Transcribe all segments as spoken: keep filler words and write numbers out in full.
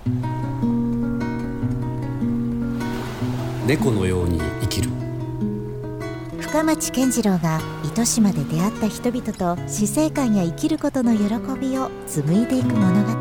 猫のように生きる。 深町健次郎が糸島で出会った人々と死生観や生きることの喜びを紡いでいく物語。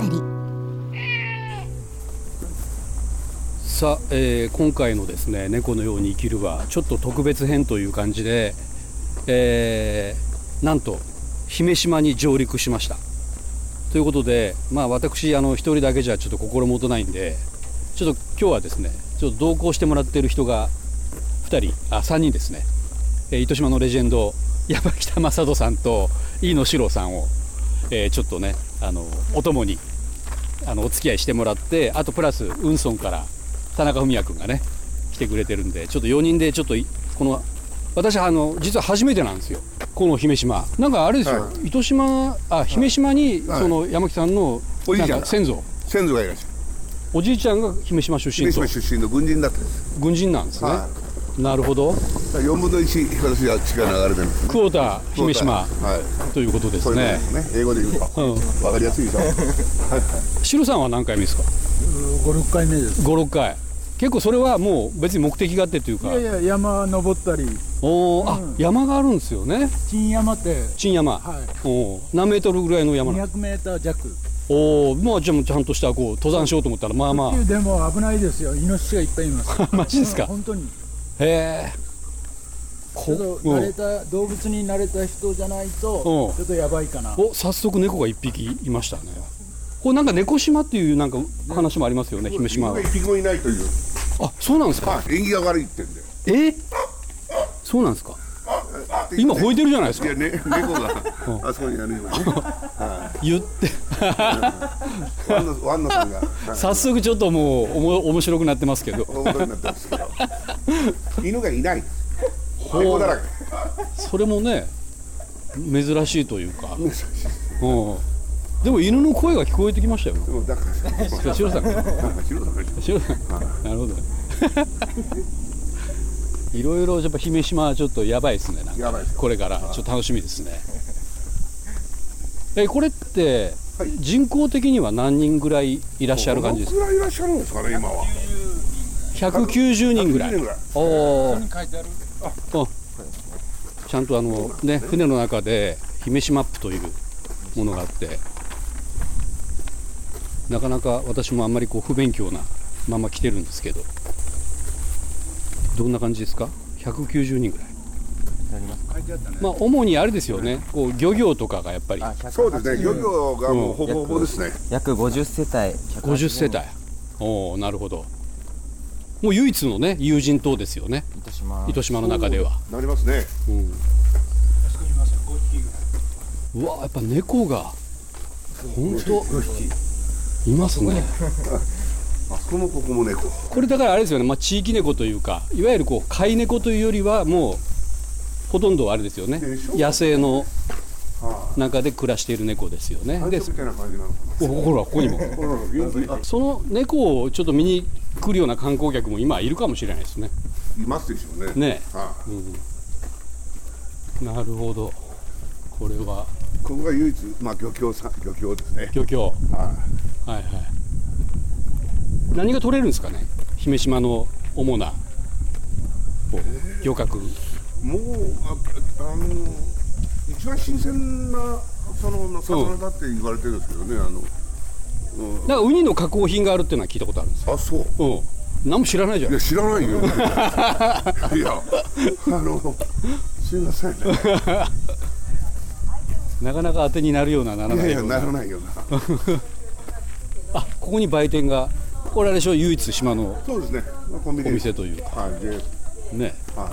さあ、えー、今回のですね猫のように生きるはちょっと特別編という感じで、えー、なんと姫島に上陸しましたということで、まあ私あの一人だけじゃちょっと心もとないんで、ちょっと今日はですねちょっと同行してもらっている人がふたりあさんにんですね、えー、糸島のレジェンド山北正人さんと飯野史郎さんを、えー、ちょっとねあのお供にあのお付き合いしてもらって、あとプラス運送から田中文也君がね来てくれてるんで、ちょっとよにんでちょっとこの私あの実は初めてなんですよこの姫島。なんかあれですよ、はい、糸島あ姫島に、はい、その山木さんのなんか先祖先祖がいらっしゃる。 おじいちゃんが姫島出身と。 姫島出身の軍人だったんです。 軍人なんですね、はい、なるほど。 よんぶんのいち私は血が流れてるんです、ね、 クォーター姫島、はい、ということですね。 そういうね英語で言うと、うん、分かりやすいでしょ。 シロさんは何回目ですか？ ご、ろっかいめです。 ご、ろっかい。結構それはもう別に目的があってというか。 いやいや山登ったり。 おー、あ、うん、山があるんですよね。 鎮山って鎮山、 はい、 お何メートルぐらいの山なの？ にひゃくメーター弱。 おお、まあじゃあちゃんとしたこう登山しようと思ったらまあまあでも危ないですよ。イノシシがいっぱいいます。 マジですか？ 本当に。 へえ。 ちょっと慣れた動物に慣れた人じゃないとちょっとやばいかな。 お、早速猫がいっぴきいましたね。これなんか猫島っていうなんか話もありますよね、姫島は。 一匹もいないという。 あ、そうなんですか。 縁起が悪いって言うんだよ。 えー、そうなんですか。今吠えてるじゃないですか。 いや、ね、猫があそこにあるよね。 言ってワンノさんが早速ちょっともうおも面白くなってますけど面白くなってますけど犬がいない。猫だらけ。 それもね珍しいというか。 珍しい。 うん。でも犬の声が聞こえてきましたよ。 だからシロさんがシロさんがシロさんなるほどいろいろやっぱ姫島はちょっとやばいですね。なんかやばいです。 これからちょっと楽しみですね。えこれって人口的には何人ぐらいいらっしゃる感じですか？ どのくらいいらっしゃるんですかね今は。 ひゃくきゅうじゅうにんぐらい。おお。ちゃんとあのね船の中で姫島マップというものがあって、なかなか私もあんまりこう不勉強なまま来てるんですけど、どんな感じですか？ひゃくきゅうじゅうにんぐらい。まあ主にあれですよね、こう漁業とかがやっぱり。 そうですね、漁業がもうほぼほぼですね。 約ごじゅっせたい。 ごじゅっせたい。おお、なるほど。もう唯一のね有人島ですよね。 糸島。 糸島の中では。 なりますね。 うん。うわ、やっぱ猫が本当いますね。 あそこもここも猫。 これだからあれですよね、まあ、地域猫というか、いわゆるこう飼い猫というよりはもうほとんどあれですよね、野生の中で暮らしている猫ですよね。 で、みたいな感じなのかな。ほらここにもその猫をちょっと見に来るような観光客も今いるかもしれないですね。 いますでしょうね。 ねえ、はあ、うん、なるほど。これはここが唯一、まあ、漁協さ漁協ですね。 漁協、はあ、 はいはい。何が取れるんですかね、姫島の主な漁獲。 もう あ, あの一番新鮮なその魚だって言われてるんですけどね、うん、あの、 うん、だからウニの加工品があるっていうのは聞いたことあるんですよ。 あ、そう。 うん、何も知らないじゃん。 いや知らないよいやあのすいませんなかなか当てになるようなならないような。 いやいやならないようなあ、ここに売店が、これあれでしょ、唯一島のそうですね、コンビニお店というか、 はい、 ね、 はい、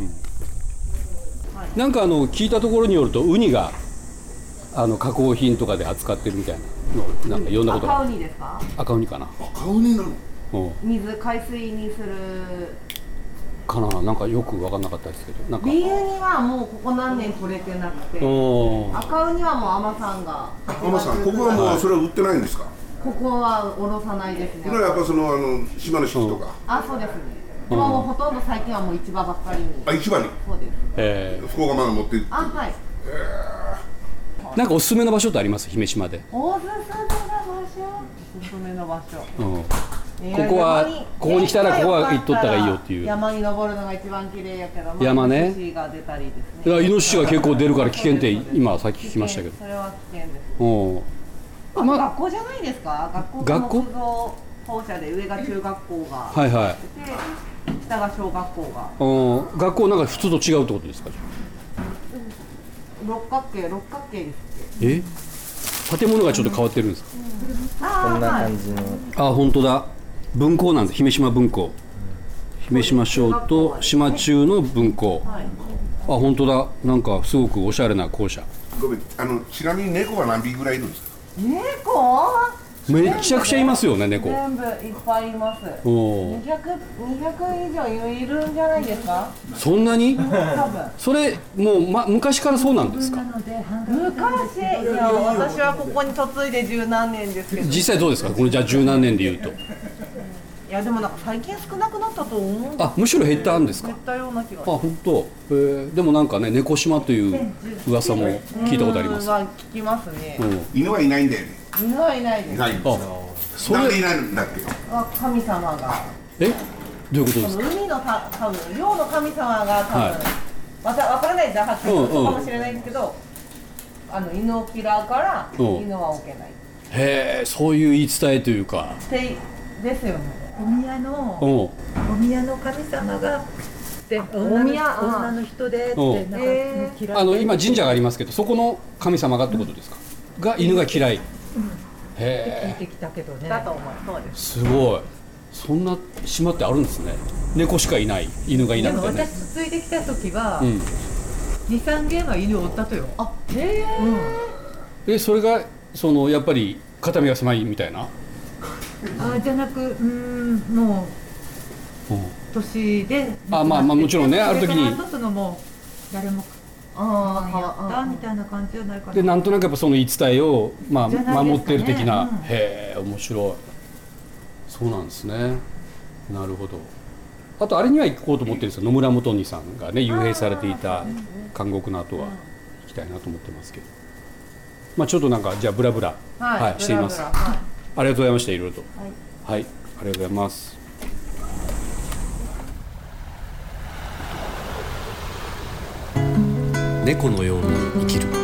うん、なんかあの聞いたところによるとウニがあの加工品とかで扱ってるみたいなのなんかいろんなことが。 赤ウニですか？ 赤ウニかな。 赤ウニなの？ 水海水にするかな、なんかよく分かんなかったですけど、なんか B ウニはもうここ何年取れてなくて、赤ウニはもう海女さんが海女さん、ここはもうそれは売ってないんですか？ ここはおろさないですね。 これはやっぱそのあの島の人とか、 あ、そうですね。でももうほとんど最近はもう市場ばっかりに。 あ、市場に。 そうです。 えー、 福岡まで持って行って。 あ、はい。 なんかおすすめの場所ってあります？姫島で。 おすすめの場所。 すすめの場所、 うん、ここはここに来たらここは行っとったらいいよっていう。 山に登るのが一番綺麗やけど、 山ね、 イノシシが出たりですね。 いやイノシシが結構出るから危険って今さっき聞きましたけど。 それは危険です。 うん、 まあ、学校じゃないですか。学校学校木造校舎で上が中学校がはいはい、 で下が小学校が、 うん、学校なんか普通と違うってことですか？ 六角形六角形ですえ、建物がちょっと変わってるんですか？ こんな感じの、 あ、本当だ、分校なんです。姫島分校、姫島小と島中の分校、はい、あ、本当だ、なんかすごくおしゃれな校舎。 ごめん、あのちなみに猫は何匹ぐらいいるんですか？ 猫？ めちゃくちゃいますよね、猫。 全部いっぱいいます。にひゃく、にひゃく以上いるんじゃないですか？ そんなに？ 多分。 それもう、ま、昔からそうなんですか？ 昔、いや私はここに嫁いで十何年ですけど。 実際どうですか？これじゃあ十何年で言うと。 いやでもなんか最近少なくなったと思うんです。 あ、むしろ減ったんですか？ 減ったような気が。 あ、本当。えー、でもなんかね、猫島という噂も聞いたことあります。 聞きますね。 うん、犬はいないんだよね。 犬はいないです。 いないんですよ。それなんでいないんだっけ？ あ、神様が。 え、どういうことですか？ 海のた多分漁の神様が多分、はい、わたわからないじゃんはっきり言うかもしれないんですけど、あの犬を嫌うから犬は置けない。 へえ、そういう言い伝えというか。 てですよね。 お宮のお宮の神様がで女の女の人でってなんか嫌い。 あの今神社がありますけど、そこの神様がってことですか？うん、が犬が嫌い。 へえ。聞いてきたけどね。 だと思う。そうです。 すごい。そんな島ってあるんですね。猫しかいない、犬がいなくてね。 でも私嫁いできた時は二三軒は犬を追ったとよ。 あ、へえ。 え、それがそのやっぱり肩身が狭いみたいな。 あ、じゃなく、うん、もう年で。 あ、まあまあもちろんね、ある時に。 そのもう誰も。ああ、やったみたいな感じじゃないかな。 で、なんとなくやっぱその言い伝えを、まあ、 ね、 守ってる的な、 うん、 へえ、面白い。そうなんですね。なるほど。あとあれには行こうと思ってるんですよ。野村元二さんがね、幽閉されていた監獄の後は行きたいなと思ってますけど。まあちょっとなんかじゃあブラブラ、はい、はい、しています。はい、ありがとうございました。いろいろと。はい、はい、ありがとうございます。猫のように生きる。